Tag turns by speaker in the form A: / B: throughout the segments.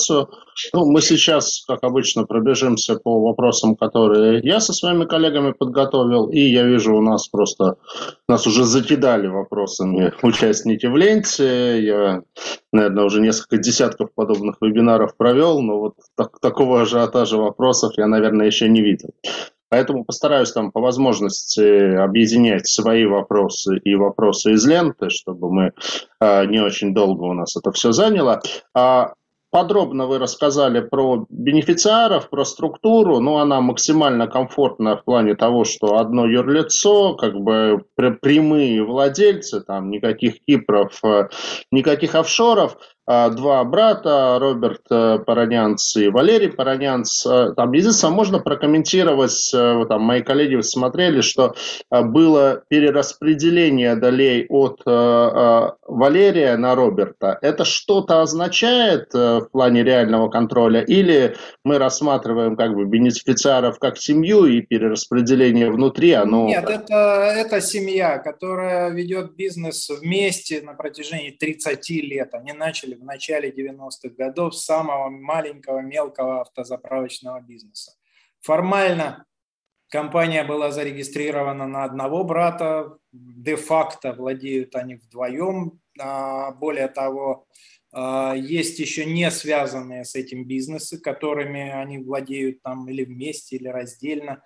A: Ну, мы сейчас, как обычно, пробежимся по вопросам, которые я со своими коллегами подготовил, и я вижу, нас уже закидали вопросами участники в ленте. Я, наверное, уже несколько десятков подобных вебинаров провел, но вот такого ажиотажа вопросов я, наверное, еще не видел. Поэтому постараюсь там по возможности объединять свои вопросы и вопросы из ленты, чтобы мы не очень долго у нас это все заняло. Подробно вы рассказали про бенефициаров, про структуру, но она максимально комфортная в плане того, что одно юрлицо, как бы прямые владельцы, там никаких кипров, никаких офшоров, два брата, Роберт Паранянц и Валерий Паранянц. Там единственное, можно прокомментировать, там мои коллеги смотрели, что было перераспределение долей от Валерия на Роберта. Это что-то означает в плане реального контроля? Или мы рассматриваем как бы бенефициаров как семью и перераспределение внутри, оно...
B: Нет, это семья, которая ведет бизнес вместе на протяжении 30 лет. Они начали в начале 90-х годов с самого маленького, мелкого автозаправочного бизнеса. Формально компания была зарегистрирована на одного брата, де-факто владеют они вдвоем. Более того, есть еще не связанные с этим бизнесы, которыми они владеют там или вместе, или раздельно.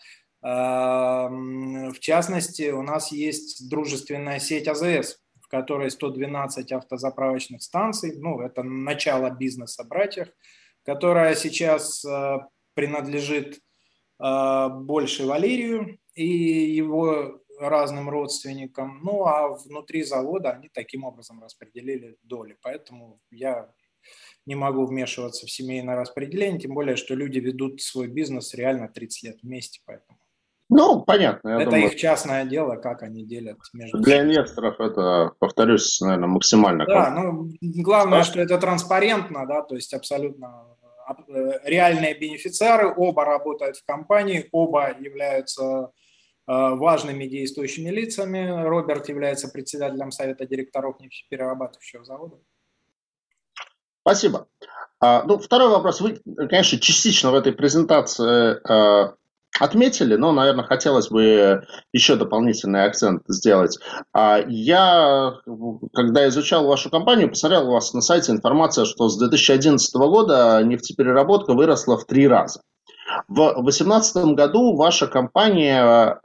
B: В частности, у нас есть дружественная сеть АЗС, в которой 112 автозаправочных станций. Ну, это начало бизнеса братьев, которая сейчас принадлежит больше Валерию и его разным родственникам. Ну, а внутри завода они таким образом распределили доли. Поэтому я не могу вмешиваться в семейное распределение, тем более, что люди ведут свой бизнес реально 30 лет вместе, поэтому...
A: Ну, понятно. Я
B: это
A: думаю,
B: их частное дело, как они делят между
A: для
B: собой.
A: инвесторов это, повторюсь, наверное, максимально
B: Да,
A: комфортно.
B: ну, главное, что это транспарентно, да, то есть абсолютно реальные бенефициары, оба работают в компании, оба являются важными действующими лицами. Роберт является председателем совета директоров нефтеперерабатывающего завода.
A: Спасибо. Ну, второй вопрос. Вы, конечно, частично в этой презентации отметили, но, наверное, хотелось бы еще дополнительный акцент сделать. Я, когда изучал вашу компанию, посмотрел у вас на сайте информация, что с 2011 года нефтепереработка выросла в 3 раза. В 2018 году ваша компания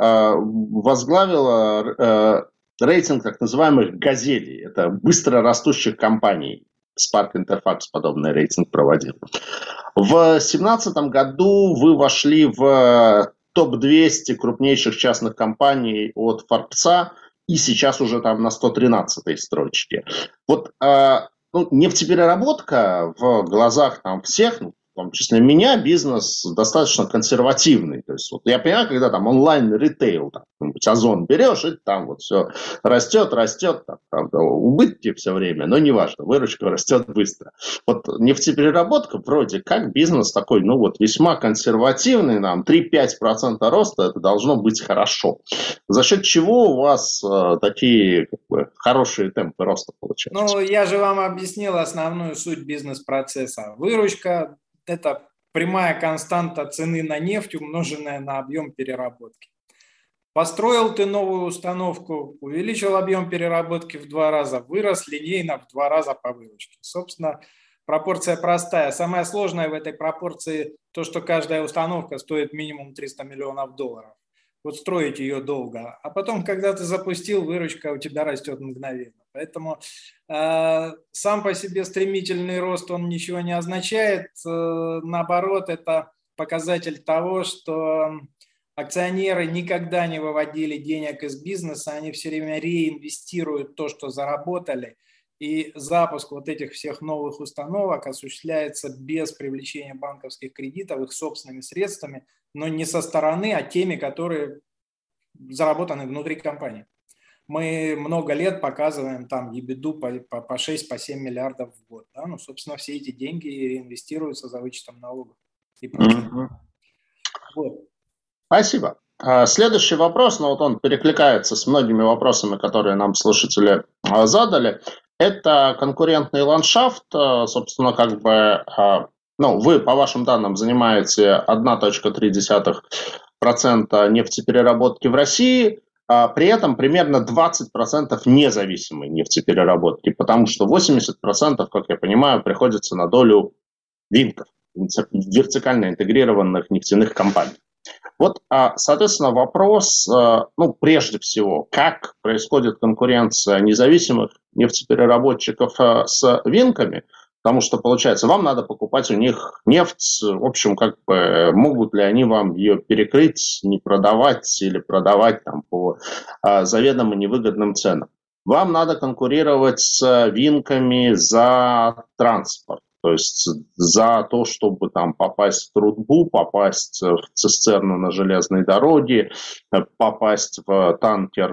A: возглавила рейтинг так называемых «газелей». Это быстро растущих компаний. Spark Interfax подобный рейтинг проводил. В 2017 году вы вошли в топ-200 крупнейших частных компаний от Forbes, и сейчас уже там на 113-й строчке. Вот нефтепереработка в глазах там всех, в том числе меня, бизнес достаточно консервативный. То есть вот я понимаю, когда там онлайн-ритейл, там, Озон берешь, и там вот все растет, там, правда, убытки все время, но неважно, выручка растет быстро. Вот нефтепереработка вроде как бизнес такой, ну вот весьма консервативный, нам 3-5% роста, это должно быть хорошо. За счет чего у вас такие как бы, хорошие темпы роста получаются?
B: Ну, я же вам объяснил основную суть бизнес-процесса. Выручка – это прямая константа цены на нефть, умноженная на объем переработки. Построил ты новую установку, увеличил объем переработки в 2 раза, вырос линейно в 2 раза по выручке. Собственно, пропорция простая. Самое сложное в этой пропорции то, что каждая установка стоит минимум $300 миллионов. Вот строить ее долго. А потом, когда ты запустил, выручка у тебя растет мгновенно. Поэтому сам по себе стремительный рост, он ничего не означает. Наоборот, это показатель того, что акционеры никогда не выводили денег из бизнеса, они все время реинвестируют то, что заработали. И запуск вот этих всех новых установок осуществляется без привлечения банковских кредитов, их собственными средствами, но не со стороны, а теми, которые заработаны внутри компании. Мы много лет показываем там ебиду по 6-7 миллиардов в год. Да? Ну, собственно, все эти деньги реинвестируются за вычетом налогов и процентов. Вот.
A: Спасибо. Следующий вопрос, но вот он перекликается с многими вопросами, которые нам слушатели задали. Это конкурентный ландшафт, собственно, как бы Ну, вы, по вашим данным, занимаете 1,3% нефтепереработки в России, а при этом примерно 20% независимой нефтепереработки, потому что 80%, как я понимаю, приходится на долю винков, вертикально интегрированных нефтяных компаний. Вот, соответственно, вопрос, ну, прежде всего, как происходит конкуренция независимых нефтепереработчиков с винками, потому что, получается, вам надо покупать у них нефть, в общем, как бы, могут ли они вам ее перекрыть, не продавать или продавать там по заведомо невыгодным ценам. Вам надо конкурировать с винками за транспорт. То есть за то, чтобы там попасть в трубу, попасть в цистерну на железной дороге, попасть в танкер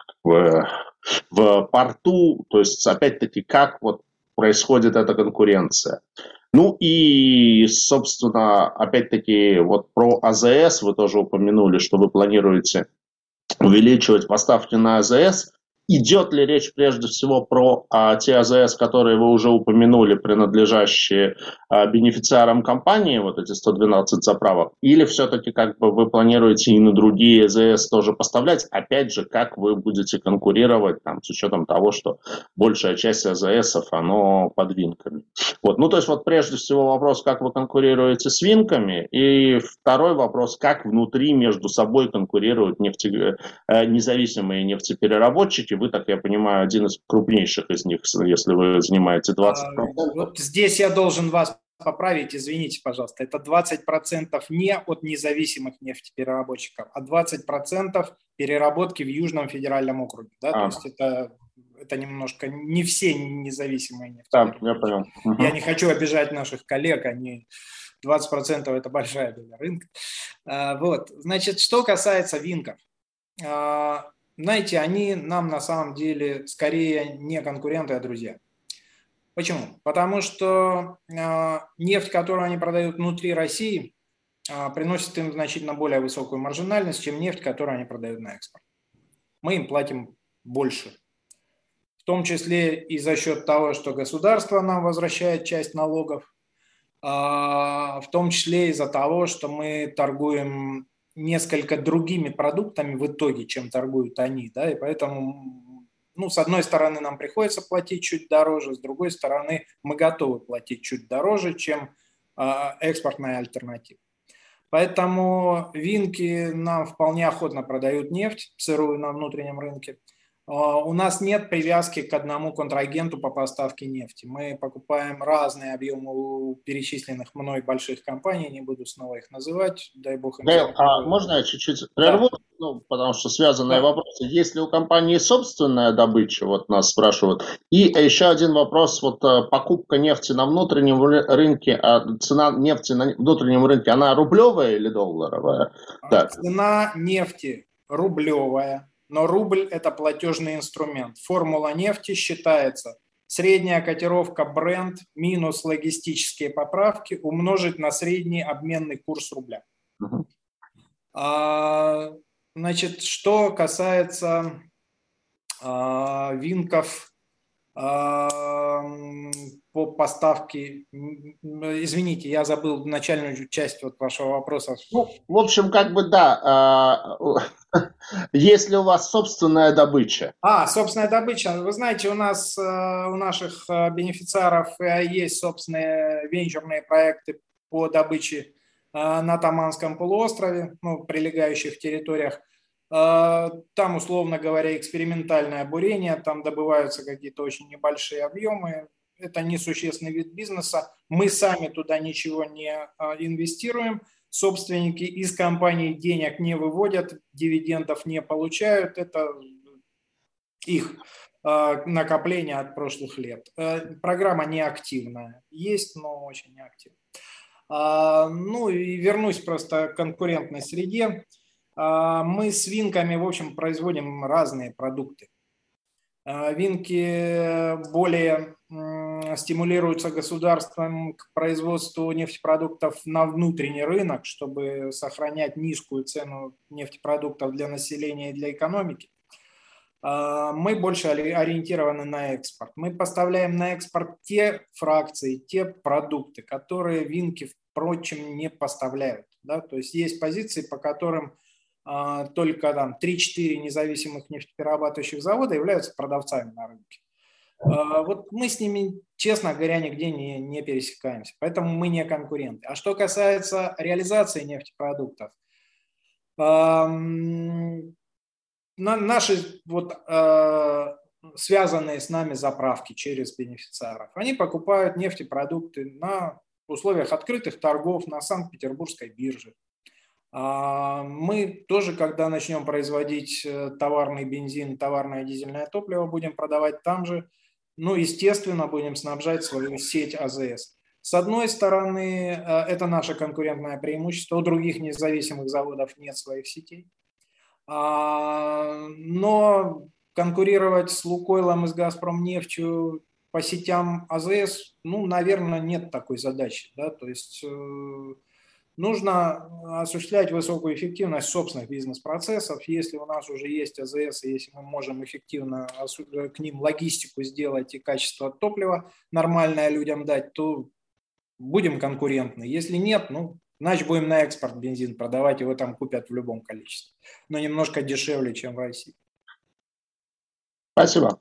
A: в порту. То есть, опять-таки, как вот происходит эта конкуренция. Ну и, собственно, опять-таки, вот про АЗС вы тоже упомянули, что вы планируете увеличивать поставки на АЗС. Идет ли речь прежде всего про те АЗС, которые вы уже упомянули, принадлежащие бенефициарам компании, вот эти 112 заправок, или все-таки как бы вы планируете и на другие АЗС тоже поставлять? Опять же, как вы будете конкурировать там, с учетом того, что большая часть АЗСов, оно под винками. Вот. Ну, то есть вот прежде всего вопрос, как вы конкурируете с винками, и второй вопрос, как внутри между собой конкурируют независимые нефтепереработчики. Вы, так я понимаю, один из крупнейших из них, если вы занимаете 20%.
B: Вот здесь я должен вас поправить, извините, пожалуйста. Это 20% не от независимых нефтепереработчиков, а 20% переработки в Южном федеральном округе. Да? То есть это немножко не все независимые нефтепереработчики.
A: Да, я понял.
B: Я не хочу обижать наших коллег, они 20% это большая доля рынка. Вот. Значит, что касается винков. Знаете, они нам на самом деле скорее не конкуренты, а друзья. Почему? Потому что нефть, которую они продают внутри России, приносит им значительно более высокую маржинальность, чем нефть, которую они продают на экспорт. Мы им платим больше. В том числе и за счет того, что государство нам возвращает часть налогов, в том числе из-за того, что мы торгуем несколько другими продуктами в итоге, чем торгуют они, да, и поэтому, ну, с одной стороны, нам приходится платить чуть дороже, с другой стороны, мы готовы платить чуть дороже, чем экспортная альтернатива. Поэтому винки нам вполне охотно продают нефть сырую на внутреннем рынке. У нас нет привязки к одному контрагенту по поставке нефти. Мы покупаем разные объемы у перечисленных мной больших компаний, не буду снова их называть, дай бог им.
A: Гайл, а можно я чуть-чуть прерву? Да. Ну, потому что связанные вопросы. Есть ли у компании собственная добыча, вот нас спрашивают. И еще один вопрос, вот покупка нефти на внутреннем рынке, цена нефти на внутреннем рынке, она рублевая или долларовая?
B: Цена нефти рублевая. Но рубль – это платежный инструмент. Формула нефти считается средняя котировка Brent минус логистические поправки умножить на средний обменный курс рубля. Значит, что касается винков по поставке, извините, я забыл начальную часть вот вашего вопроса.
A: Ну, в общем, как бы да, если у вас собственная добыча.
B: Собственная добыча. Вы знаете, у нас, у наших бенефициаров есть собственные венчурные проекты по добыче на Таманском полуострове, ну, прилегающих территориях. Там, условно говоря, экспериментальное бурение, там добываются какие-то очень небольшие объемы. Это несущественный вид бизнеса. Мы сами туда ничего не инвестируем. Собственники из компаний денег не выводят, дивидендов не получают. Это их накопление от прошлых лет. Программа неактивная. Есть, но очень неактивная. Ну и вернусь просто к конкурентной среде. Мы с винками, в общем, производим разные продукты. Винки более стимулируются государством к производству нефтепродуктов на внутренний рынок, чтобы сохранять низкую цену нефтепродуктов для населения и для экономики. Мы больше ориентированы на экспорт. Мы поставляем на экспорт те фракции, те продукты, которые Винки, впрочем, не поставляют. Да? То есть есть позиции, по которым только там 3-4 независимых нефтеперерабатывающих завода являются продавцами на рынке. Вот мы с ними, честно говоря, нигде не пересекаемся, поэтому мы не конкуренты. А что касается реализации нефтепродуктов, наши вот, связанные с нами заправки через бенефициаров, они покупают нефтепродукты на условиях открытых торгов на Санкт-Петербургской бирже. Мы тоже, когда начнем производить товарный бензин, товарное дизельное топливо, будем продавать там же. Ну, естественно, будем снабжать свою сеть АЗС. С одной стороны, это наше конкурентное преимущество. У других независимых заводов нет своих сетей. Но конкурировать с Лукойлом и с Газпромнефтью по сетям АЗС, ну, наверное, нет такой задачи. Да? То есть нужно осуществлять высокую эффективность собственных бизнес-процессов. Если у нас уже есть АЗС, и если мы можем эффективно к ним логистику сделать и качество топлива нормальное людям дать, то будем конкурентны. Если нет, ну, значит, будем на экспорт бензин продавать, его там купят в любом количестве. Но немножко дешевле, чем в России.
A: Спасибо.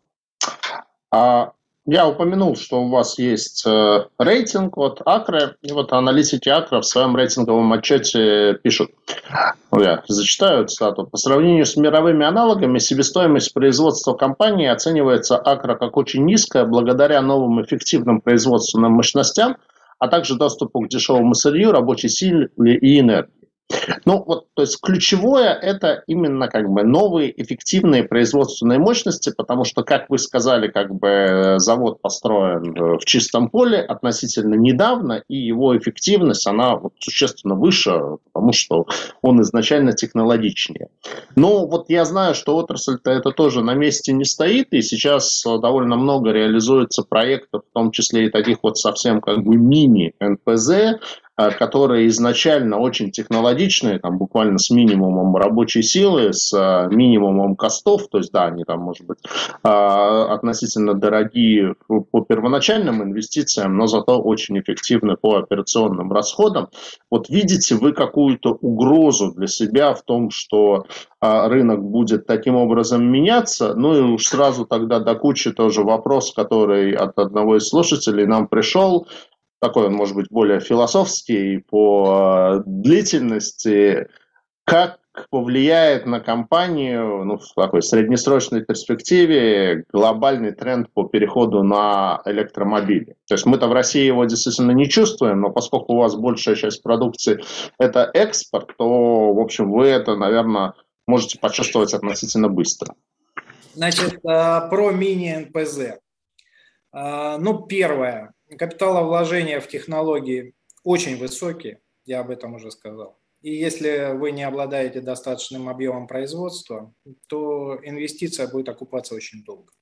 A: Я упомянул, что у вас есть рейтинг от Акры, и вот аналитики Акры в своем рейтинговом отчете пишут, я зачитаю цитату: по сравнению с мировыми аналогами, себестоимость производства компании оценивается Акра как очень низкая благодаря новым эффективным производственным мощностям, а также доступу к дешевому сырью, рабочей силе и энергии. Ну, вот, то есть ключевое это именно как бы новые эффективные производственные мощности, потому что, как вы сказали, как бы завод построен в чистом поле относительно недавно, и его эффективность, она вот существенно выше, потому что он изначально технологичнее. Но вот я знаю, что отрасль-то это тоже на месте не стоит, и сейчас довольно много реализуется проектов, в том числе и таких вот совсем как бы мини-НПЗ, которые изначально очень технологичные, там буквально с минимумом рабочей силы, с минимумом костов, то есть да, они там, может быть, относительно дорогие по первоначальным инвестициям, но зато очень эффективны по операционным расходам. Вот видите вы какую-то угрозу для себя в том, что рынок будет таким образом меняться? Ну и уж сразу тогда до кучи тоже вопрос, который от одного из слушателей нам пришел. Такой он, может быть, более философский по длительности. Как повлияет на компанию, ну, в такой среднесрочной перспективе глобальный тренд по переходу на электромобили? То есть мы-то в России его действительно не чувствуем, но поскольку у вас большая часть продукции это экспорт, то, в общем, вы это, наверное, можете почувствовать относительно быстро.
B: Значит, про мини-НПЗ. Ну, первое. Капиталовложения в технологии очень высокие, я об этом уже сказал. И если вы не обладаете достаточным объемом производства, то инвестиция будет окупаться очень долго.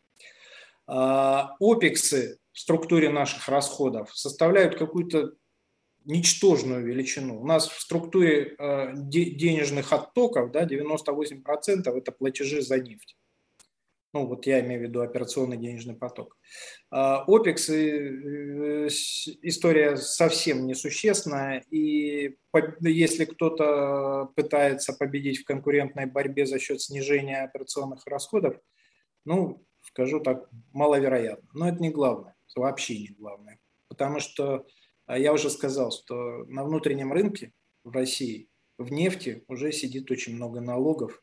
B: Опексы в структуре наших расходов составляют какую-то ничтожную величину. У нас в структуре денежных оттоков, да, 98% это платежи за нефть. Ну, вот я имею в виду операционный денежный поток. ОПЕКС история совсем несущественная, и если кто-то пытается победить в конкурентной борьбе за счет снижения операционных расходов, ну, скажу так, маловероятно. Но это не главное, вообще не главное. Потому что я уже сказал, что на внутреннем рынке в России в нефти уже сидит очень много налогов,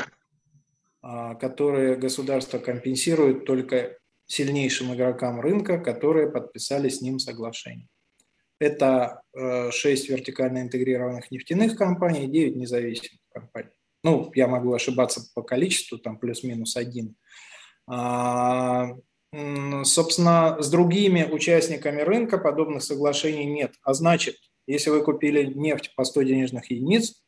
B: которые государство компенсирует только сильнейшим игрокам рынка, которые подписали с ним соглашение. Это 6 вертикально интегрированных нефтяных компаний и 9 независимых компаний. Ну, я могу ошибаться по количеству, там плюс-минус 1. Собственно, с другими участниками рынка подобных соглашений нет. А значит, если вы купили нефть по 100 денежных единиц,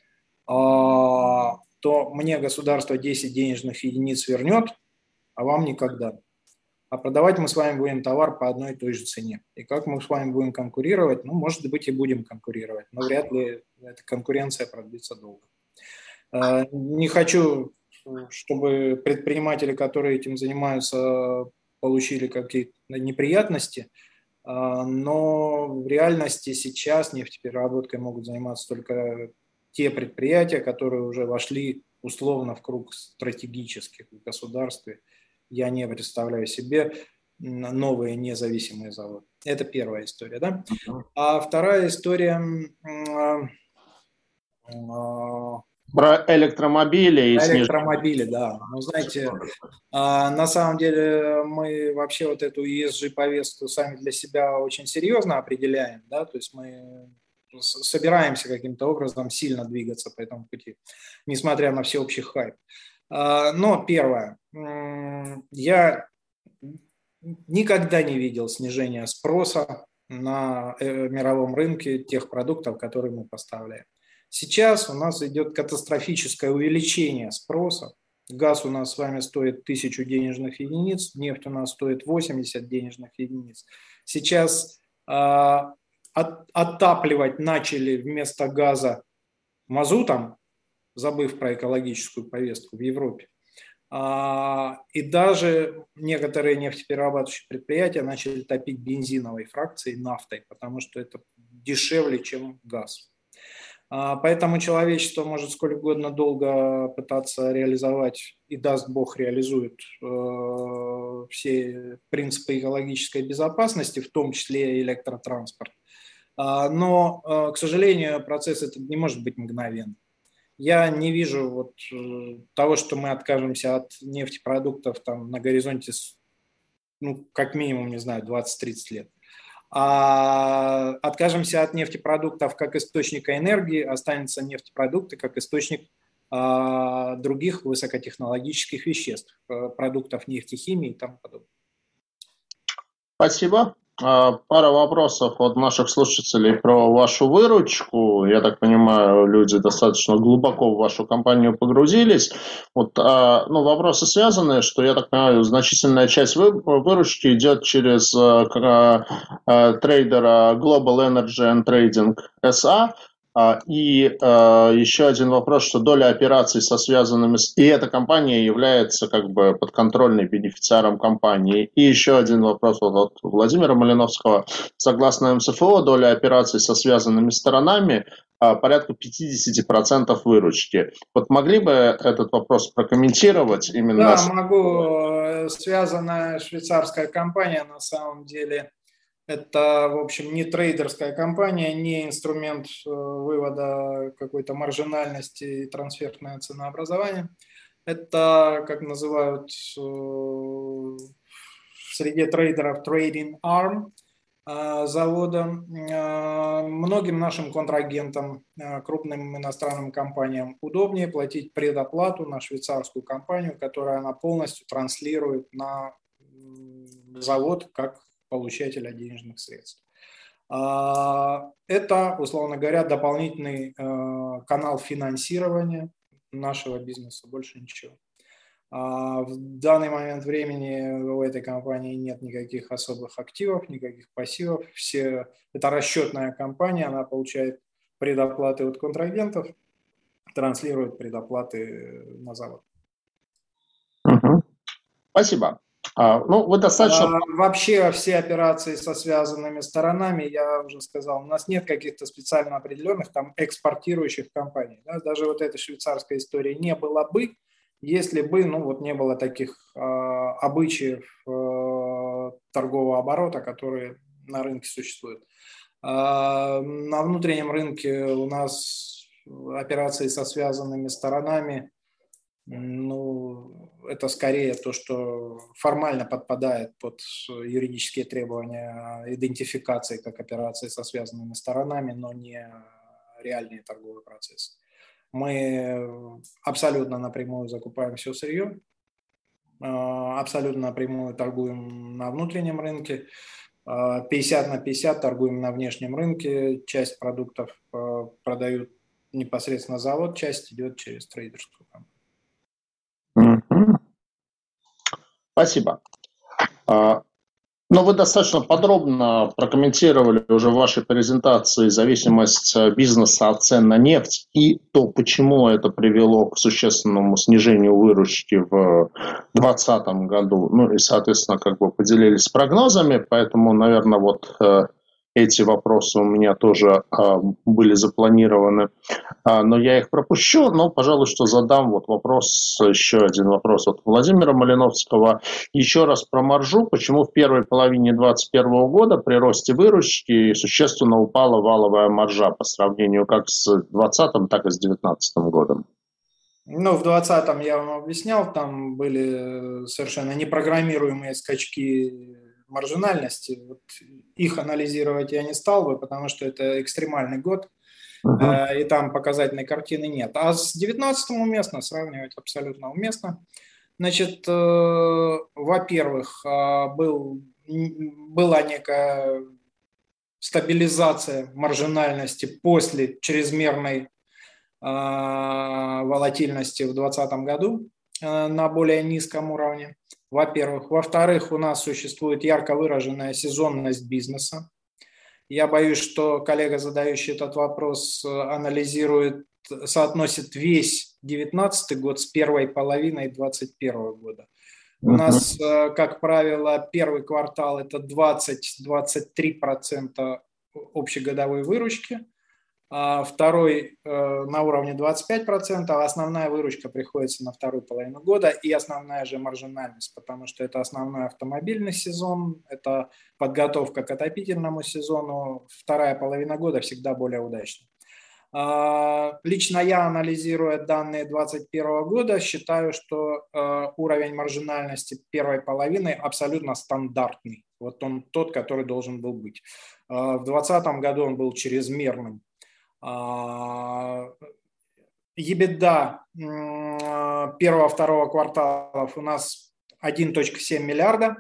B: то мне государство 10 денежных единиц вернет, а вам никогда. А продавать мы с вами будем товар по одной и той же цене. И как мы с вами будем конкурировать? Ну, может быть, и будем конкурировать, но вряд ли эта конкуренция продлится долго. Не хочу чтобы предприниматели, которые этим занимаются, получили какие-то неприятности. Но в реальности сейчас нефтепереработкой могут заниматься только те предприятия, которые уже вошли условно в круг стратегических в государстве. Я не представляю себе новые независимые заводы. Это первая история. Да? А вторая история
A: про электромобили и
B: электромобили, да. Ну, знаете, на самом деле мы вообще вот эту ESG-повестку сами для себя очень серьезно определяем, да, то есть мы собираемся каким-то образом сильно двигаться по этому пути, несмотря на всеобщий хайп. Но первое, я никогда не видел снижения спроса на мировом рынке тех продуктов, которые мы поставляем. Сейчас у нас идет катастрофическое увеличение спроса. Газ у нас с вами стоит 1000 денежных единиц, нефть у нас стоит 80 денежных единиц. Сейчас отапливать начали вместо газа мазутом, забыв про экологическую повестку в Европе. И даже некоторые нефтеперерабатывающие предприятия начали топить бензиновой фракцией нафтой, потому что это дешевле, чем газ. Поэтому человечество может сколько угодно долго пытаться реализовать, и даст Бог реализует все принципы экологической безопасности, в том числе и электротранспорт. Но, к сожалению, процесс этот не может быть мгновенным. Я не вижу вот того, что мы откажемся от нефтепродуктов там, на горизонте, ну, как минимум, не знаю, 20-30 лет. А откажемся от нефтепродуктов как источника энергии, останутся нефтепродукты как источник других высокотехнологических веществ, продуктов нефтехимии и тому подобное.
A: Спасибо. Пара вопросов от наших слушателей про вашу выручку. Я так понимаю, люди достаточно глубоко в вашу компанию погрузились. Вот, ну, вопросы связаны, что, я так понимаю, значительная часть выручки идет через трейдера Global Energy and Trading SA. И еще один вопрос, что доля операций со связанными с... И эта компания является как бы подконтрольной бенефициаром компании. И еще один вопрос от Владимира Малиновского. Согласно МСФО, доля операций со связанными сторонами порядка 50% выручки. Вот могли бы этот вопрос прокомментировать? Именно
B: да, могу. Связанная швейцарская компания на самом деле... Это, в общем, не трейдерская компания, не инструмент вывода какой-то маржинальности и трансферное ценообразование. Это, как называют в среде трейдеров, trading arm завода. Многим нашим контрагентам, крупным иностранным компаниям удобнее платить предоплату на швейцарскую компанию, которую она полностью транслирует на завод как получателя денежных средств. Это, условно говоря, дополнительный канал финансирования нашего бизнеса, больше ничего. В данный момент времени у этой компании нет никаких особых активов, никаких пассивов. Это расчетная компания, она получает предоплаты от контрагентов, транслирует предоплаты на завод.
A: Спасибо. Ну, вы достаточно...
B: Вообще все операции со связанными сторонами, я уже сказал, у нас нет каких-то специально определенных там экспортирующих компаний. Да? Даже вот этой швейцарской истории не было бы, если бы, ну, вот не было таких обычаев торгового оборота, которые на рынке существуют. На внутреннем рынке у нас операции со связанными сторонами, ну, это скорее то, что формально подпадает под юридические требования идентификации как операции со связанными сторонами, но не реальные торговые процессы. Мы абсолютно напрямую закупаем все сырье, абсолютно напрямую торгуем на внутреннем рынке, 50 на 50 торгуем на внешнем рынке, часть продуктов продают непосредственно завод, часть идет через трейдерскую компанию.
A: Спасибо. Но вы достаточно подробно прокомментировали уже в вашей презентации зависимость бизнеса от цен на нефть и то, почему это привело к существенному снижению выручки в 2020 году. Ну и, соответственно, как бы поделились прогнозами, поэтому, наверное, вот эти вопросы у меня тоже были запланированы, но я их пропущу. Но, пожалуй, что задам вот вопрос, еще один вопрос от Владимира Малиновского. Еще раз про маржу. Почему в первой половине 2021 года при росте выручки существенно упала валовая маржа по сравнению как с 2020, так и с 2019 годом?
B: Ну, в 2020-м я вам объяснял, там были совершенно непрограммируемые скачки маржинальности. Вот их анализировать я не стал бы, потому что это экстремальный год, и там показательной картины нет. А с 19-м уместно сравнивать, абсолютно уместно. Значит, во-первых, была некая стабилизация маржинальности после чрезмерной волатильности в 2020 году на более низком уровне, во-первых. Во-вторых, у нас существует ярко выраженная сезонность бизнеса. Я боюсь, что коллега, задающий этот вопрос, соотносит весь 2019 год с первой половиной 2021 года. У нас, как правило, первый квартал – это 20-23% общегодовой выручки, а второй на уровне 25%, а основная выручка приходится на вторую половину года и основная же маржинальность, потому что это основной автомобильный сезон, это подготовка к отопительному сезону, вторая половина года всегда более удачна. Лично я, анализируя данные 2021 года, считаю, что уровень маржинальности первой половины абсолютно стандартный. Вот он тот, который должен был быть. В 2020 году он был чрезмерным. EBITDA первого-второго кварталов у нас 1,7 миллиарда.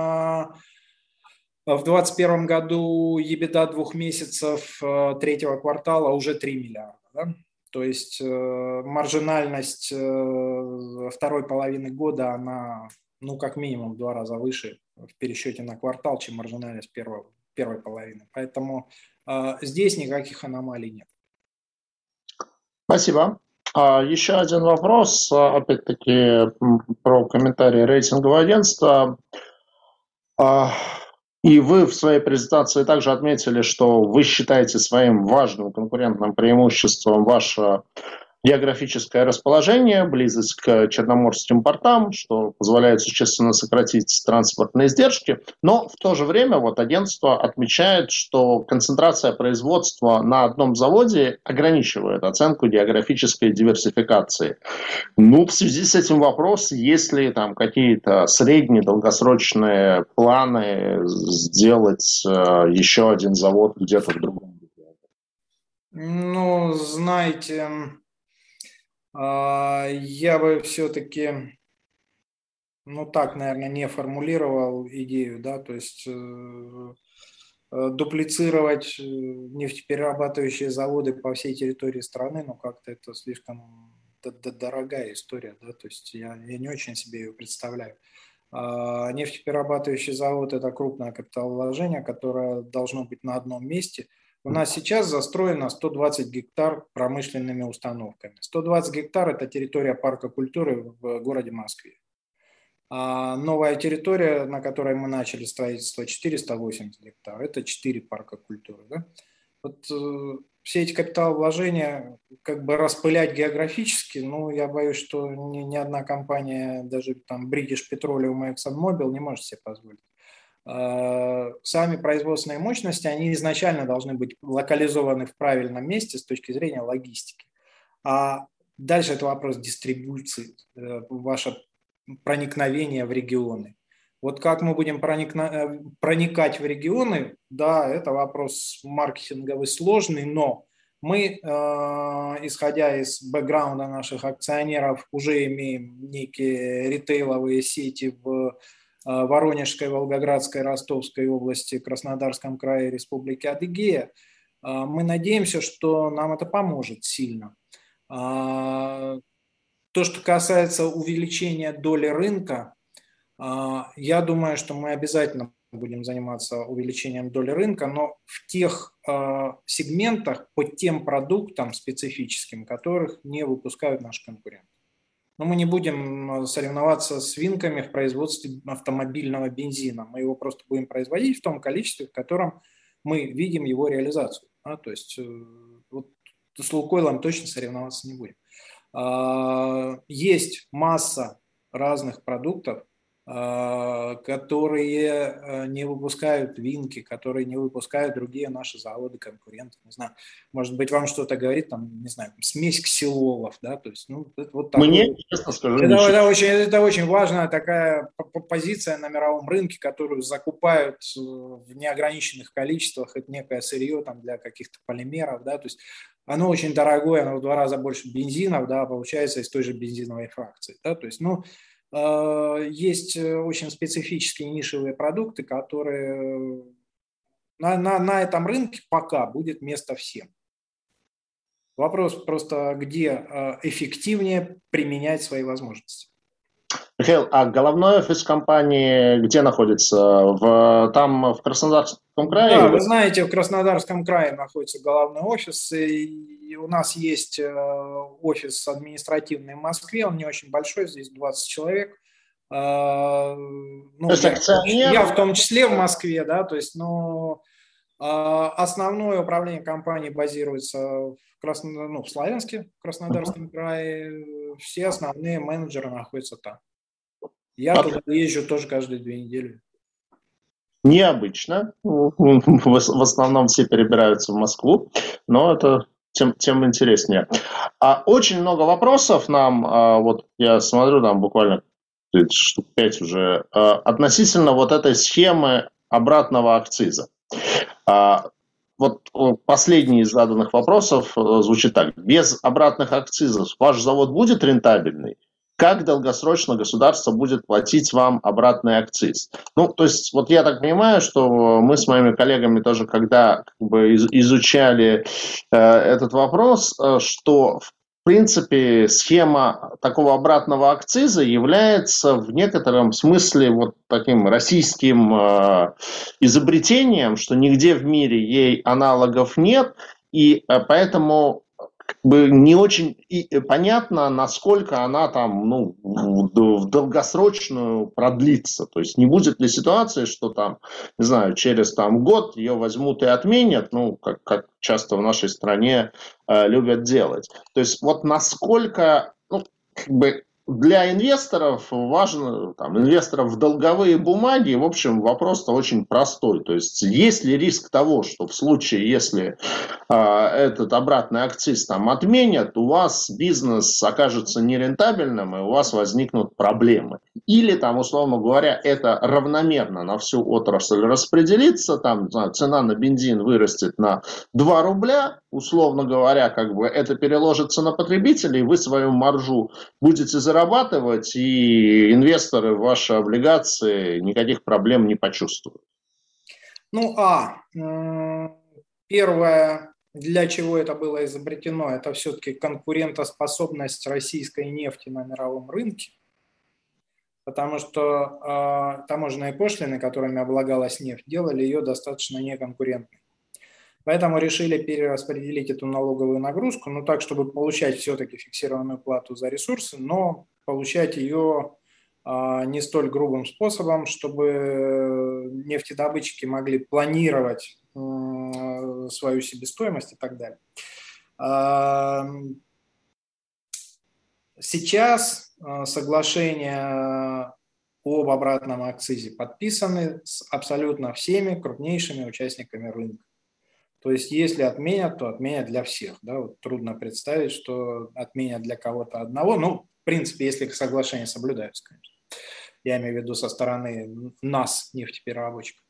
B: В 2021 году EBITDA 2 месяцев третьего квартала уже 3 миллиарда. Да? То есть маржинальность второй половины года, она, ну, как минимум в 2 раза выше в пересчете на квартал, чем маржинальность первой половины. Поэтому здесь никаких аномалий нет.
A: Спасибо. Еще один вопрос, опять-таки, про комментарии рейтингового агентства. И вы в своей презентации также отметили, что вы считаете своим важным конкурентным преимуществом ваше географическое расположение, близость к черноморским портам, что позволяет существенно сократить транспортные издержки, но в то же время вот агентство отмечает, что концентрация производства на одном заводе ограничивает оценку географической диверсификации. Ну, в связи с этим вопрос, есть ли там какие-то средние, долгосрочные планы сделать еще один завод где-то в другом регионе?
B: Ну, знаете, я бы все-таки, ну так, наверное, не формулировал идею, да, то есть дуплицировать нефтеперерабатывающие заводы по всей территории страны, ну как-то это слишком дорогая история, да, то есть я не очень себе ее представляю. Нефтеперерабатывающий завод – это крупное капиталовложение, которое должно быть на одном месте. У нас сейчас застроено 120 гектар промышленными установками. 120 гектар – это территория парка культуры в городе Москве. Новая территория, на которой мы начали строительство, 480 гектар. Это 4 парка культуры. Да? Вот все эти капиталовложения как бы распылять географически, ну, я боюсь, что ни одна компания, даже там British Petroleum и ExxonMobil не может себе позволить. Сами производственные мощности, они изначально должны быть локализованы в правильном месте с точки зрения логистики. А дальше это вопрос дистрибуции, ваше проникновение в регионы. Вот как мы будем проникать в регионы, да, это вопрос маркетинговый сложный, но мы, исходя из бэкграунда наших акционеров, уже имеем некие ритейловые сети в Воронежской, Волгоградской, Ростовской области, Краснодарском крае, Республике Адыгея. Мы надеемся, что нам это поможет сильно. То, что касается увеличения доли рынка, я думаю, что мы обязательно будем заниматься увеличением доли рынка, но в тех сегментах по тем продуктам специфическим, которых не выпускают наши конкуренты. Но мы не будем соревноваться с Винками в производстве автомобильного бензина. Мы его просто будем производить в том количестве, в котором мы видим его реализацию. То есть вот с Лукойлом точно соревноваться не будем. Есть масса разных продуктов, которые не выпускают Винки, которые не выпускают другие наши заводы, конкуренты. Не знаю, может быть, вам что-то говорит, там, не знаю, смесь ксилолов, да, то есть, ну, это вот такой.
A: Мне, честно скажу,
B: это очень важная такая позиция на мировом рынке, которую закупают в неограниченных количествах, это некое сырье там для каких-то полимеров, да, то есть оно очень дорогое, оно в 2 раза больше бензинов, да, получается из той же бензиновой фракции, да, то есть, ну, есть очень специфические нишевые продукты, которые на этом рынке пока будет место всем. Вопрос просто, где эффективнее применять свои возможности.
A: Михаил, а головной офис компании где находится? Там, в Краснодарском крае?
B: Да, вы знаете, в Краснодарском крае находится головной офис, и у нас есть офис административный в Москве, он не очень большой, здесь 20 человек. Ну, я в том числе в Москве, да, то есть, но основное управление компании базируется в Славянске, в Краснодарском крае, все основные менеджеры находятся там. Я туда езжу тоже каждые 2 недели.
A: Необычно. В основном все перебираются в Москву, но это тем интереснее. Очень много вопросов нам, вот я смотрю, там буквально штук 5 уже, относительно вот этой схемы обратного акциза. Вот последний из заданных вопросов звучит так. Без обратных акцизов ваш завод будет рентабельный? Как долгосрочно государство будет платить вам обратный акциз? Ну, то есть, вот я так понимаю, что мы с моими коллегами тоже, когда изучали этот вопрос, что в принципе схема такого обратного акциза является в некотором смысле вот таким российским изобретением, что нигде в мире ей аналогов нет, и поэтому не очень понятно, насколько она там, ну, в долгосрочную продлится. То есть не будет ли ситуации, что там, не знаю, через там год ее возьмут и отменят, ну, как часто в нашей стране любят делать. То есть вот насколько, ну, как бы для инвесторов важно, там, инвесторов в долговые бумаги, в общем, вопрос-то очень простой. То есть есть ли риск того, что в случае, если этот обратный акциз там отменят, у вас бизнес окажется нерентабельным, и у вас возникнут проблемы. Или там, условно говоря, это равномерно на всю отрасль распределится, там, не знаю, цена на бензин вырастет на 2 рубля, условно говоря, как бы это переложится на потребителей, вы свою маржу будете зарабатывать, и инвесторы в ваши облигации никаких проблем не почувствуют.
B: Ну, первое, для чего это было изобретено, это все-таки конкурентоспособность российской нефти на мировом рынке, потому что таможенные пошлины, которыми облагалась нефть, делали ее достаточно неконкурентной. Поэтому решили перераспределить эту налоговую нагрузку, ну так, чтобы получать все-таки фиксированную плату за ресурсы, но получать ее не столь грубым способом, чтобы нефтедобытчики могли планировать свою себестоимость и так далее. Сейчас соглашения об обратном акцизе подписаны с абсолютно всеми крупнейшими участниками рынка. То есть, если отменят, то отменят для всех. Да? Вот трудно представить, что отменят для кого-то одного. Ну, в принципе, если соглашения соблюдаются, конечно. Я имею в виду со стороны нас, нефтепереработчиков.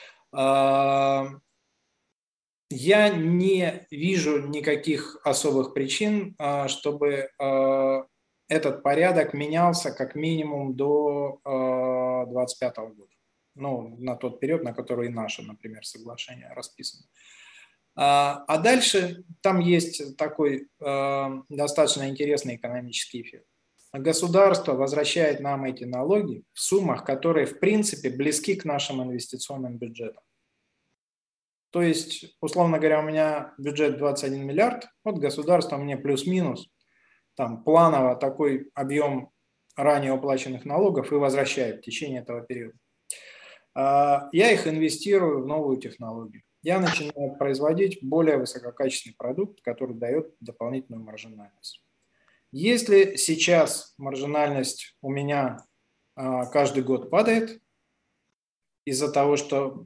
B: Я не вижу никаких особых причин, чтобы этот порядок менялся как минимум до 2025 года. Ну, на тот период, на который и наше, например, соглашение расписано. А дальше там есть такой достаточно интересный экономический эффект. государство возвращает нам эти налоги в суммах, которые в принципе близки к нашим инвестиционным бюджетам. То есть, условно говоря, у меня бюджет 21 миллиард, вот государство мне плюс-минус, там планово такой объем ранее уплаченных налогов и возвращает в течение этого периода. Я их инвестирую в новую технологию. Я начинаю производить более высококачественный продукт, который дает дополнительную маржинальность. Если сейчас маржинальность у меня каждый год падает из-за того, что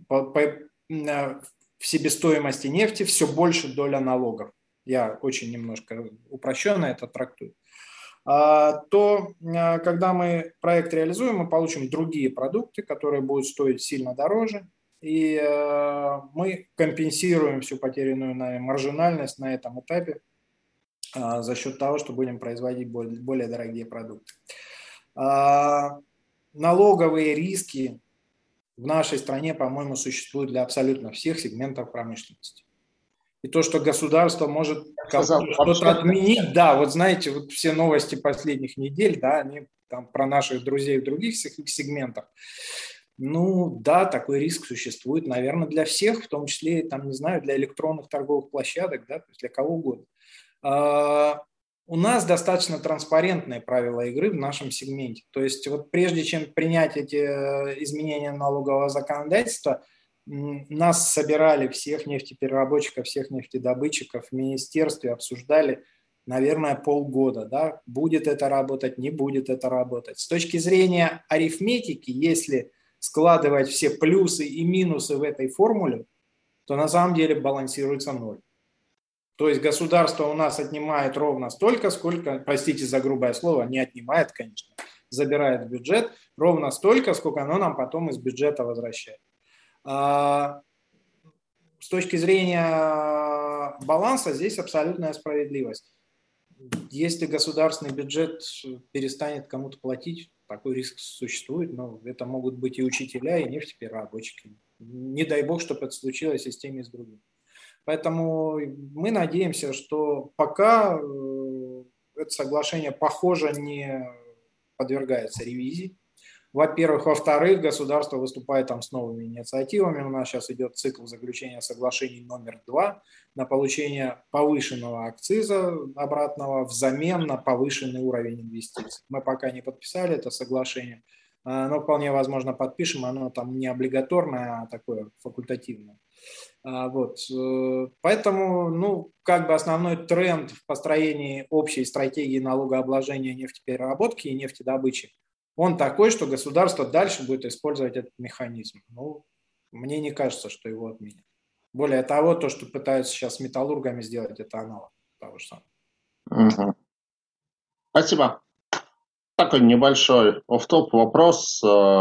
B: в себестоимости нефти все больше доля налогов, я очень немножко упрощенно это трактую, то когда мы проект реализуем, мы получим другие продукты, которые будут стоить сильно дороже, и мы компенсируем всю потерянную нами маржинальность на этом этапе за счет того, что будем производить более дорогие продукты. Налоговые риски в нашей стране, по-моему, существуют для абсолютно всех сегментов промышленности. И то, что государство может что-то отменить, да, вот знаете, вот все новости последних недель, да, они там про наших друзей в других сегментах. Ну, да, такой риск существует, наверное, для всех, в том числе, там, не знаю, для электронных торговых площадок, да, то есть для кого угодно. У нас достаточно транспарентные правила игры в нашем сегменте. То есть вот прежде чем принять эти изменения налогового законодательства, нас собирали всех нефтепереработчиков, всех нефтедобытчиков в министерстве, обсуждали, наверное, полгода. Да? Будет это работать, не будет это работать. С точки зрения арифметики, если складывать все плюсы и минусы в этой формуле, то на самом деле балансируется ноль. То есть государство у нас отнимает ровно столько, сколько, простите за грубое слово, не отнимает, конечно, забирает в бюджет ровно столько, сколько оно нам потом из бюджета возвращает. С точки зрения баланса здесь абсолютная справедливость. Если государственный бюджет перестанет кому-то платить, такой риск существует, но это могут быть и учителя, и нефтепереработчики. Не дай бог, чтобы это случилось и с теми, и с другими. Поэтому мы надеемся, что пока это соглашение, похоже, не подвергается ревизии. Во-первых. Во-вторых, государство выступает там с новыми инициативами. У нас сейчас идет цикл заключения соглашений номер 2 на получение повышенного акциза обратного взамен на повышенный уровень инвестиций. Мы пока не подписали это соглашение, но вполне возможно подпишем. Оно там не облигаторное, а такое факультативное. Вот. Поэтому, ну, как бы основной тренд в построении общей стратегии налогообложения нефтепереработки и нефтедобычи, он такой, что государство дальше будет использовать этот механизм. Ну, мне не кажется, что его отменят. Более того, то, что пытаются сейчас с металлургами сделать, это аналог того же самого.
A: Угу. Спасибо. Такой небольшой офф-топ вопрос.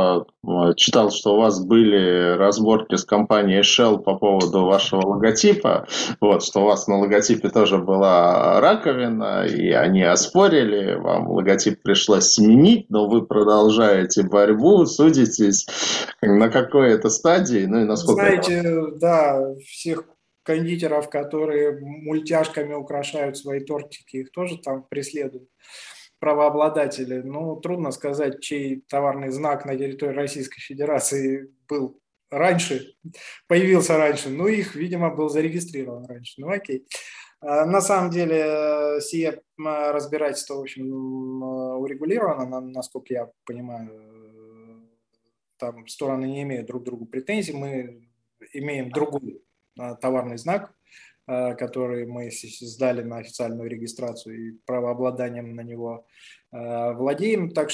A: Читал, что у вас были разборки с компанией Shell по поводу вашего логотипа. Вот, что у вас на логотипе тоже была раковина, и они оспорили. Вам логотип пришлось сменить, но вы продолжаете борьбу, судитесь. На какой это стадии? Ну и насколько...
B: Знаете, да, всех кондитеров, которые мультяшками украшают свои тортики, их тоже там преследуют правообладатели. Ну, трудно сказать, чей товарный знак на территории Российской Федерации был раньше, появился раньше. Ну, их, видимо, был зарегистрирован раньше. Ну, окей. На самом деле, сие разбирательство, в общем, урегулировано, насколько я понимаю, там стороны не имеют друг к другу претензий. Мы имеем другой товарный знак, который мы сдали на официальную регистрацию и правообладанием на него владеем. Так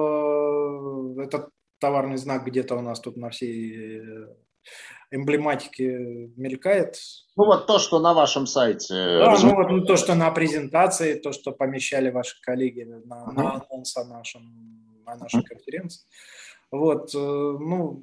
B: что этот товарный знак где-то у нас тут на всей эмблематике мелькает.
A: Ну вот то, что на вашем сайте.
B: Да, ну вот то, что на презентации, то, что помещали ваши коллеги на анонс о нашей конференции. Вот, ну,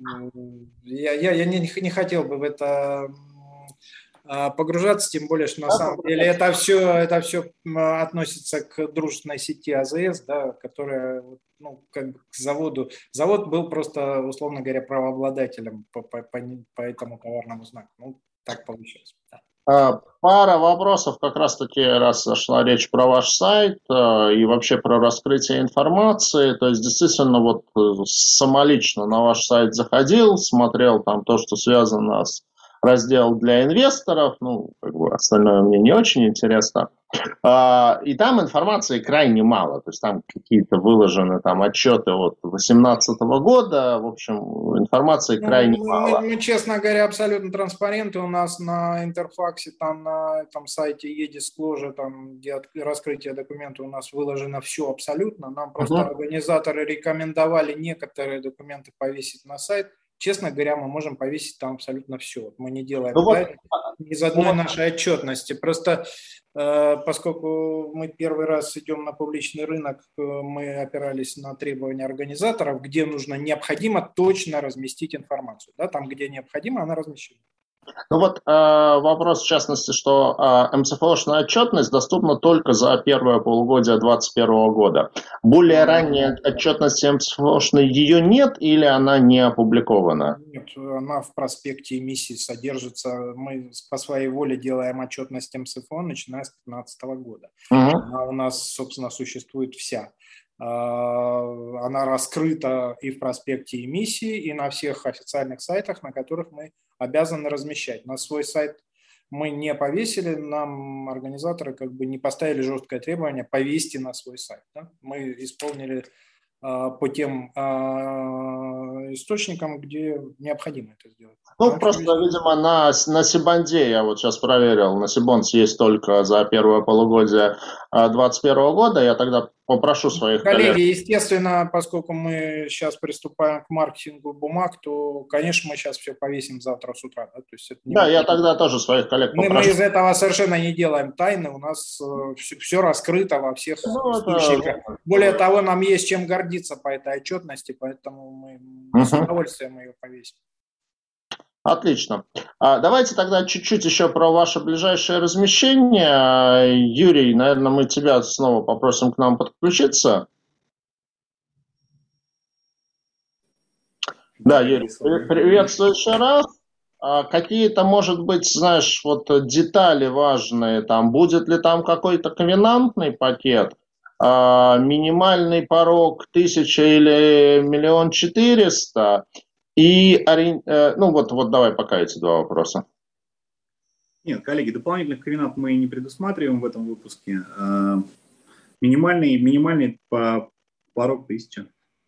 B: я не хотел бы в это погружаться, тем более, что на самом деле это все относится к дружественной сети АЗС, да, которая, ну, как бы к заводу. Завод был просто, условно говоря, правообладателем по этому товарному знаку. Ну, так получилось. Да.
A: Пара вопросов, как раз-таки, раз зашла речь про ваш сайт и вообще про раскрытие информации. То есть, действительно, вот самолично на ваш сайт заходил, смотрел там то, что связано с разделом для инвесторов. Ну, как бы остальное мне не очень интересно. И там информации крайне мало. То есть там какие-то выложены там отчеты от 2018 года. В общем, информации
B: Ну,
A: крайне мало.
B: мы, честно говоря, абсолютно транспаренты. У нас на интерфаксе, там на этом сайте e-disclosure, там, где раскрытие документа, у нас выложено все абсолютно. Нам просто организаторы рекомендовали некоторые документы повесить на сайт. Честно говоря, мы можем повесить там абсолютно все. Мы не делаем
A: Ну вот,
B: из одной нашей отчетности. Просто поскольку мы первый раз идем на публичный рынок, мы опирались на требования организаторов, где необходимо точно разместить информацию. Да, там, где необходимо, она размещена.
A: ну вот вопрос в частности, что МЦФОшная отчетность доступна только за первое полугодие 2021 года. Более ранняя отчетность МЦФОшной ее нет или она не опубликована?
B: Нет, она в проспекте эмиссии содержится. Мы по своей воле делаем отчетность МСФО, начиная с 2015 года.
A: Угу.
B: Она у нас, собственно, существует вся. Она раскрыта и в проспекте эмиссии, и на всех официальных сайтах, на которых мы обязаны размещать. На свой сайт мы не повесили, нам организаторы как бы не поставили жесткое требование повесьте на свой сайт. Да? Мы исполнили по тем источникам, где необходимо это сделать.
A: Ну, просто, видимо, на Сибанде, я вот сейчас проверил, на Сибонс есть только за первое полугодие 2021 года. Я тогда попрошу своих коллег.
B: Коллеги, естественно, поскольку мы сейчас приступаем к маркетингу бумаг, то, конечно, мы сейчас все повесим завтра с утра. Да, то есть это
A: Да, я тогда тоже своих коллег попрошу.
B: Мы из этого совершенно не делаем тайны, у нас все раскрыто во всех источниках. Более того, нам есть чем гордиться по этой отчетности, поэтому мы с удовольствием ее повесим.
A: Отлично. Давайте тогда чуть-чуть еще про ваше ближайшее размещение. Юрий, наверное, мы тебя снова попросим к нам подключиться. Да, Юрий, приветствую еще раз. Какие-то, может быть, знаешь, вот детали важные, там, будет ли там какой-то ковенантный пакет, минимальный порог 1000 или 1 400 000, и, ну вот давай пока эти два вопроса.
C: Нет, коллеги, дополнительных ковенант мы не предусматриваем в этом выпуске. Минимальный порог 1000.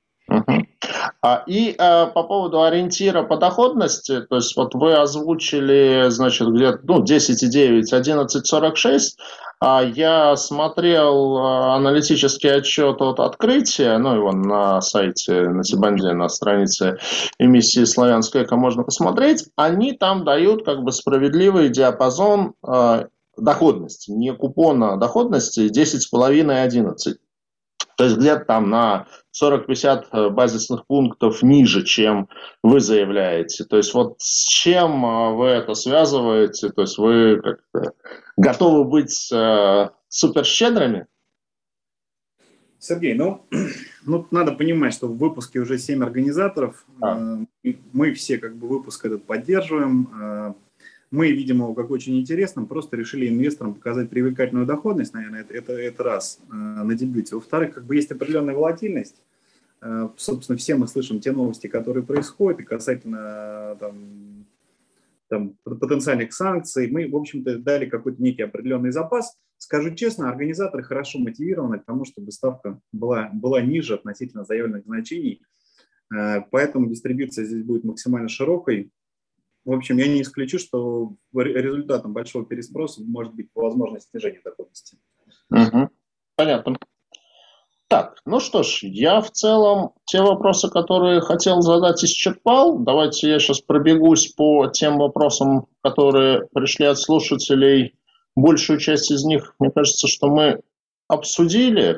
A: И по поводу ориентира по доходности, то есть вот вы озвучили, значит, где-то 10,9, 11,46. Я смотрел аналитический отчет от открытия, ну его на сайте, на Сибанде, на странице эмиссии «Славянская эко» можно посмотреть. Они там дают как бы справедливый диапазон доходности, не купона доходности 10,5-11. То есть где-то там на 40-50 базисных пунктов ниже, чем вы заявляете. То есть вот с чем вы это связываете? То есть вы как-то готовы быть супер щедрыми?
C: Сергей, ну надо понимать, что в выпуске уже 7 организаторов. Мы все как бы выпуск этот поддерживаем. Мы видим его как очень интересным, просто решили инвесторам показать привлекательную доходность, наверное, это раз на дебюте. Во-вторых, как бы есть определенная волатильность. Собственно, все мы слышим те новости, которые происходят, и касательно там, потенциальных санкций. Мы, в общем-то, дали какой-то некий определенный запас. Скажу честно, организаторы хорошо мотивированы к тому, чтобы ставка была ниже относительно заявленных значений. Поэтому дистрибьюция здесь будет максимально широкой. В общем, я не исключу, что результатом большого переспроса может быть возможность снижения доходности.
A: Понятно. Так, ну что ж, я в целом те вопросы, которые хотел задать, исчерпал. Давайте я сейчас пробегусь по тем вопросам, которые пришли от слушателей. Большую часть из них, мне кажется, что мы обсудили.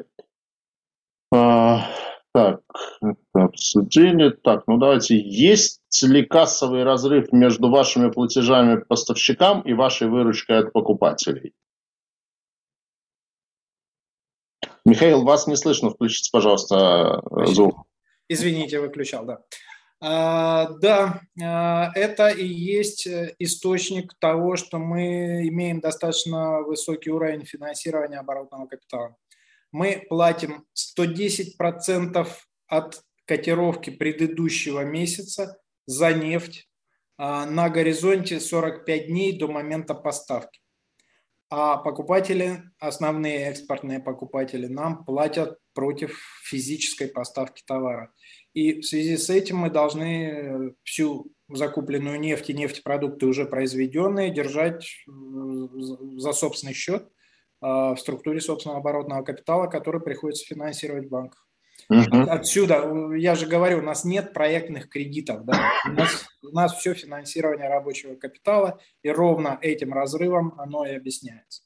A: Так, обсудили. Так, ну давайте. Есть ли кассовый разрыв между вашими платежами поставщикам и вашей выручкой от покупателей? Михаил, вас не слышно. Включите, пожалуйста, звук.
B: Извините, выключал, да. Да, это и есть источник того, что мы имеем достаточно высокий уровень финансирования оборотного капитала. Мы платим 110% от котировки предыдущего месяца за нефть на горизонте 45 дней до момента поставки. А покупатели, основные экспортные покупатели, нам платят против физической поставки товара. И в связи с этим мы должны всю закупленную нефть и нефтепродукты, уже произведенные, держать за собственный счет в структуре собственного оборотного капитала, который приходится финансировать в банках. Отсюда, я же говорю, у нас нет проектных кредитов, да? У нас все финансирование рабочего капитала, и ровно этим разрывом оно и объясняется.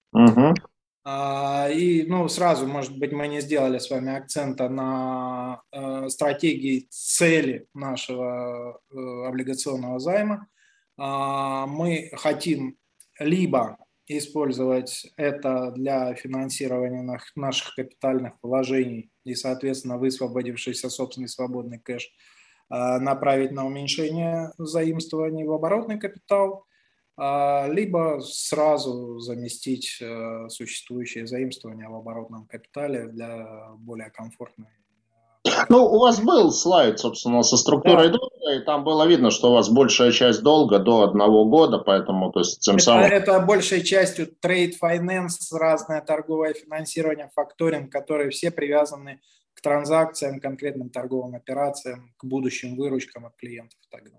B: И сразу, может быть, мы не сделали с вами акцента на стратегии цели нашего облигационного займа. Мы хотим либо использовать это для финансирования наших капитальных вложений и, соответственно, высвободившийся собственный свободный кэш направить на уменьшение заимствований в оборотный капитал, либо сразу заместить существующие заимствования в оборотном капитале для более комфортной.
A: У вас был слайд, собственно, со структурой долга, и там было видно, что у вас большая часть долга до 1 года, поэтому, то есть, тем самым...
B: Это большей частью trade finance, разное торговое финансирование, факторинг, которые все привязаны к транзакциям, конкретным торговым операциям, к будущим выручкам от клиентов и так далее.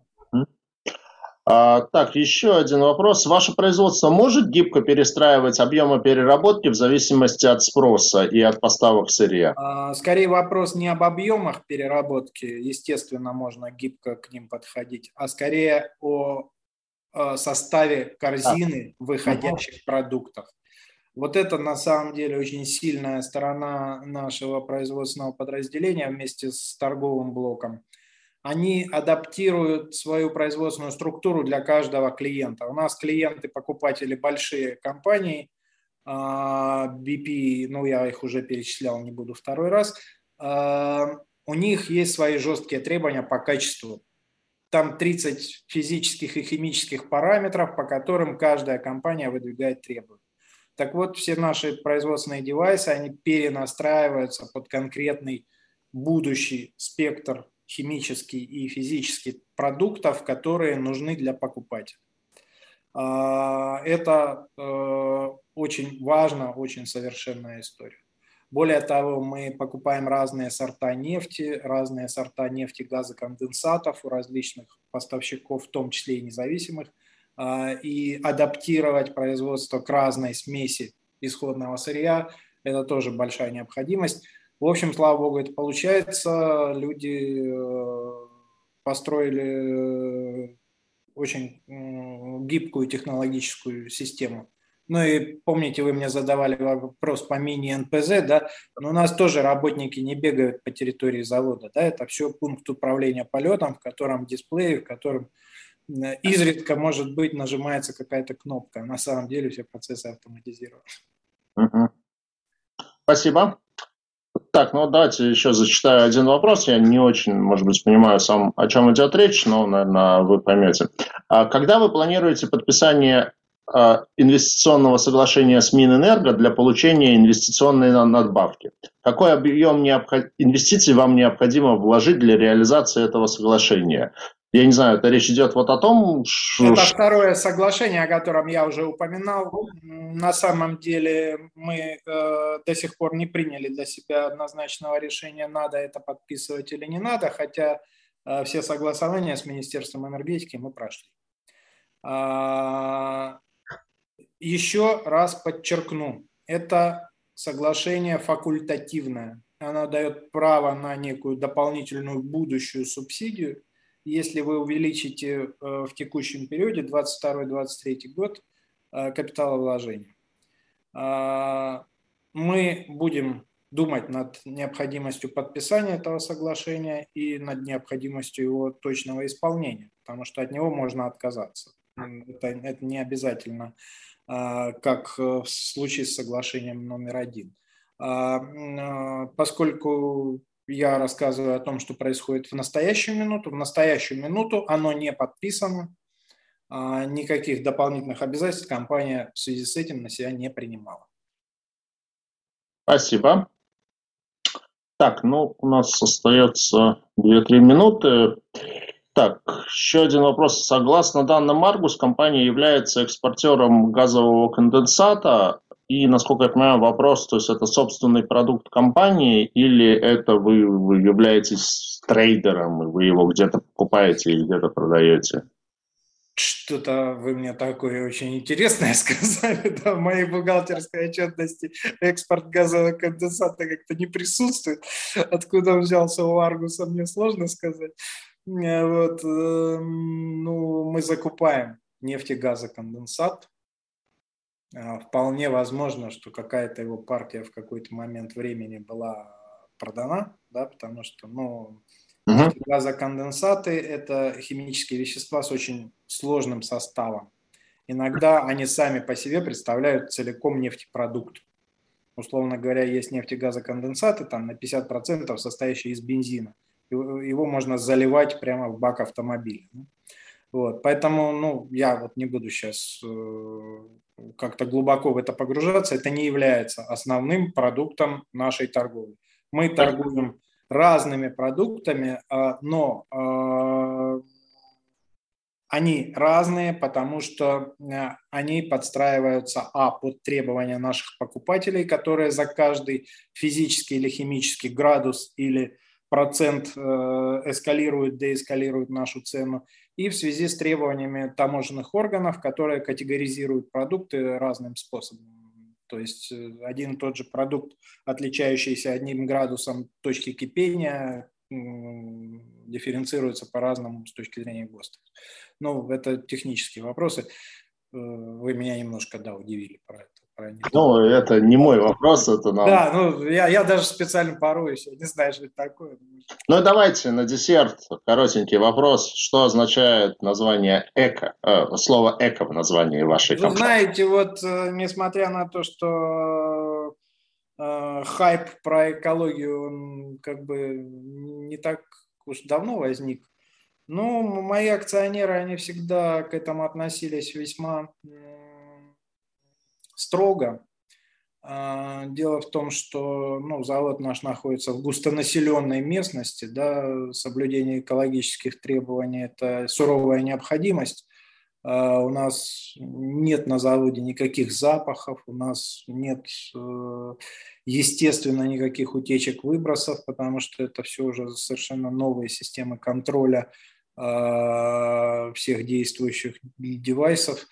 A: Так, еще один вопрос. Ваше производство может гибко перестраивать объемы переработки в зависимости от спроса и от поставок сырья?
B: Скорее вопрос не об объемах переработки, естественно, можно гибко к ним подходить, а скорее о составе корзины выходящих продуктов. Вот это на самом деле очень сильная сторона нашего производственного подразделения вместе с торговым блоком. Они адаптируют свою производственную структуру для каждого клиента. У нас клиенты, покупатели большие компании, BP, я их уже перечислял, не буду второй раз. У них есть свои жесткие требования по качеству. Там 30 физических и химических параметров, по которым каждая компания выдвигает требования. Так вот, все наши производственные девайсы, они перенастраиваются под конкретный будущий спектр химический и физический продуктов, которые нужны для покупателя. Это очень важно, очень совершенная история. Более того, мы покупаем разные сорта нефти газоконденсатов у различных поставщиков, в том числе и независимых, и адаптировать производство к разной смеси исходного сырья – это тоже большая необходимость. В общем, слава богу, это получается. Люди построили очень гибкую технологическую систему. И помните, вы мне задавали вопрос по мини-НПЗ, да? Но у нас тоже работники не бегают по территории завода, да? Это все пункт управления полетом, в котором дисплей, в котором изредка, может быть, нажимается какая-то кнопка. На самом деле все процессы автоматизированы.
A: Спасибо. Так, давайте еще зачитаю один вопрос. Я не очень, может быть, понимаю сам, о чем идет речь, но, наверное, вы поймете. Когда вы планируете подписание инвестиционного соглашения с Минэнерго для получения инвестиционной надбавки? Какой объем инвестиций вам необходимо вложить для реализации этого соглашения? Я не знаю, это речь идет вот о том, что...
B: Это второе соглашение, о котором я уже упоминал. На самом деле мы до сих пор не приняли для себя однозначного решения, надо это подписывать или не надо, хотя все согласования с Министерством энергетики мы прошли. Еще раз подчеркну, это соглашение факультативное. Оно дает право на некую дополнительную будущую субсидию, если вы увеличите в текущем периоде 2022-2023 год капиталовложения. Мы будем думать над необходимостью подписания этого соглашения и над необходимостью его точного исполнения, потому что от него можно отказаться. Это не обязательно, как в случае с соглашением номер 1. Поскольку я рассказываю о том, что происходит в настоящую минуту. В настоящую минуту оно не подписано. Никаких дополнительных обязательств компания в связи с этим на себя не принимала.
A: Спасибо. Так, ну, у нас остается 2-3 минуты. Так, еще один вопрос. Согласно данным Argus, компания является экспортером газового конденсата. И, насколько я понимаю, вопрос, то есть это собственный продукт компании или это вы являетесь трейдером, и вы его где-то покупаете и где-то продаете?
B: Что-то вы мне такое очень интересное сказали. Да, в моей бухгалтерской отчетности экспорт газового конденсата как-то не присутствует. Откуда он взялся у Аргуса, мне сложно сказать. Вот, ну, мы закупаем нефтегазоконденсат. Вполне возможно, что какая-то его партия в какой-то момент времени была продана, да, потому что, ну, нефтегазоконденсаты – это химические вещества с очень сложным составом. Иногда они сами по себе представляют целиком нефтепродукт. Условно говоря, есть нефтегазоконденсаты там, на 50% состоящие из бензина. Его можно заливать прямо в бак автомобиля. Вот. Поэтому ну, я вот не буду сейчас как-то глубоко в это погружаться. Это не является основным продуктом нашей торговли. Мы торгуем разными продуктами, но они разные, потому что они подстраиваются под требования наших покупателей, которые за каждый физический или химический градус или процент эскалируют, деэскалируют нашу цену, и в связи с требованиями таможенных органов, которые категоризируют продукты разным способом. То есть один и тот же продукт, отличающийся 1 градусом точки кипения, дифференцируется по-разному с точки зрения ГОСТа. Ну, это технические вопросы. Вы меня немножко, да, удивили про это.
A: Ну, это не мой вопрос, это нам...
B: Да, ну, я даже специально поруюсь, я не знаю, что это такое.
A: Ну, давайте на десерт коротенький вопрос. Что означает название эко, слово эко в названии вашей компании?
B: Вы знаете, вот несмотря на то, что хайп про экологию, он как бы не так уж давно возник, но мои акционеры, они всегда к этому относились весьма строго. Дело в том, что ну, завод наш находится в густонаселенной местности, да, соблюдение экологических требований – это суровая необходимость. У нас нет на заводе никаких запахов, у нас нет, естественно, никаких утечек выбросов, потому что это все уже совершенно новые системы контроля всех действующих девайсов.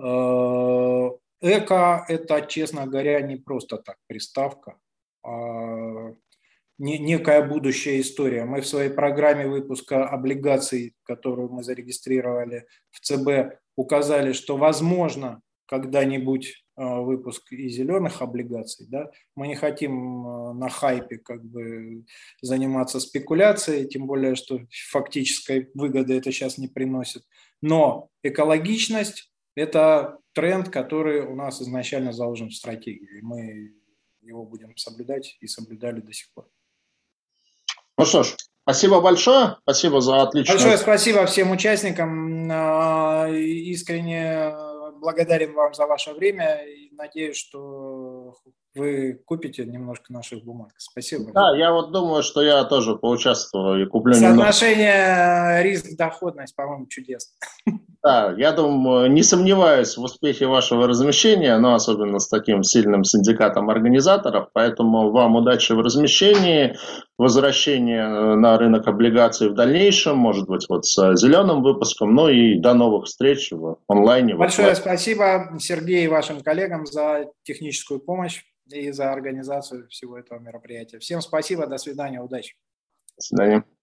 B: Эко – это, честно говоря, не просто так приставка, а некая будущая история. Мы в своей программе выпуска облигаций, которую мы зарегистрировали в ЦБ, указали, что возможно когда-нибудь выпуск и зеленых облигаций. Да? Мы не хотим на хайпе как бы заниматься спекуляцией, тем более, что фактической выгоды это сейчас не приносит. Но экологичность – это тренд, который у нас изначально заложен в стратегии. Мы его будем соблюдать и соблюдали до сих пор.
A: Ну что ж, спасибо большое, спасибо за отличную...
B: Большое спасибо всем участникам, искренне благодарен вам за ваше время и надеюсь, что вы купите немножко наших бумаг. Спасибо.
A: Да, я вот думаю, что я тоже поучаствую и куплю
B: Соотношение риск-доходность, по-моему, чудесно.
A: Да, я думаю, не сомневаюсь в успехе вашего размещения, но особенно с таким сильным синдикатом организаторов, поэтому вам удачи в размещении, возвращения на рынок облигаций в дальнейшем, может быть, вот с зеленым выпуском, ну и до новых встреч в онлайне.
B: Большое спасибо, Сергей, и вашим коллегам за техническую помощь и за организацию всего этого мероприятия. Всем спасибо, до свидания, удачи.
A: До свидания.